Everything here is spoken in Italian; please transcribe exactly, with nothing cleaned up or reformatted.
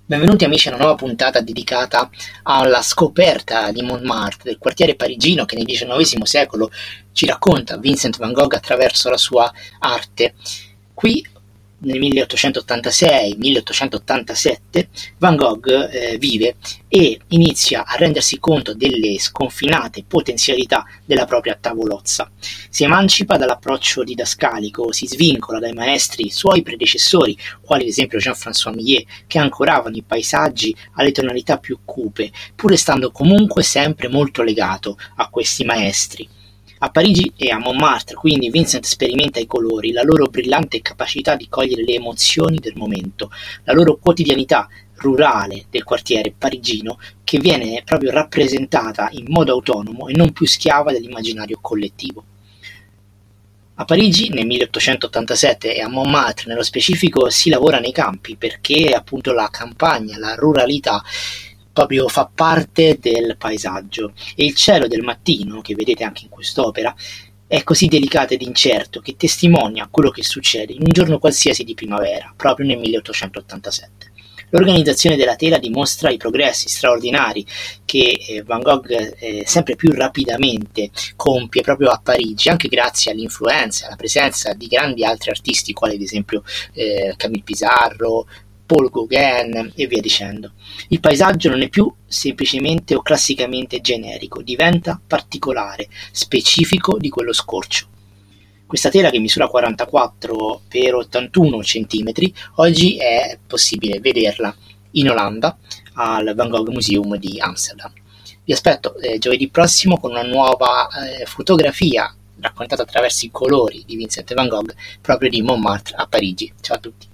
Benvenuti amici a una nuova puntata dedicata alla scoperta di Montmartre, del quartiere parigino che nel diciannovesimo secolo ci racconta Vincent van Gogh attraverso la sua arte. Qui nel milleottocentottantasei milleottocentottantasette Van Gogh eh, vive e inizia a rendersi conto delle sconfinate potenzialità della propria tavolozza. Si emancipa dall'approccio didascalico, si svincola dai maestri suoi predecessori, quali ad esempio Jean-François Millet, che ancoravano i paesaggi alle tonalità più cupe, pur restando comunque sempre molto legato a questi maestri. A Parigi e a Montmartre, quindi, Vincent sperimenta i colori, la loro brillante capacità di cogliere le emozioni del momento, la loro quotidianità rurale del quartiere parigino che viene proprio rappresentata in modo autonomo e non più schiava dell'immaginario collettivo. A Parigi nel milleottocentottantasette e a Montmartre nello specifico si lavora nei campi perché appunto la campagna, la ruralità proprio fa parte del paesaggio e il cielo del mattino, che vedete anche in quest'opera, è così delicato ed incerto che testimonia quello che succede in un giorno qualsiasi di primavera, proprio nel milleottocentottantasette. L'organizzazione della tela dimostra i progressi straordinari che eh, Van Gogh eh, sempre più rapidamente compie proprio a Parigi, anche grazie all'influenza, alla presenza di grandi altri artisti, quali ad esempio eh, Camille Pissarro, Paul Gauguin e via dicendo. Il paesaggio non è più semplicemente o classicamente generico, diventa particolare, specifico di quello scorcio. Questa tela, che misura quarantaquattro per ottantuno centimetri, oggi è possibile vederla in Olanda al Van Gogh Museum di Amsterdam. Vi aspetto eh, giovedì prossimo con una nuova eh, fotografia raccontata attraverso i colori di Vincent van Gogh proprio di Montmartre a Parigi. Ciao a tutti.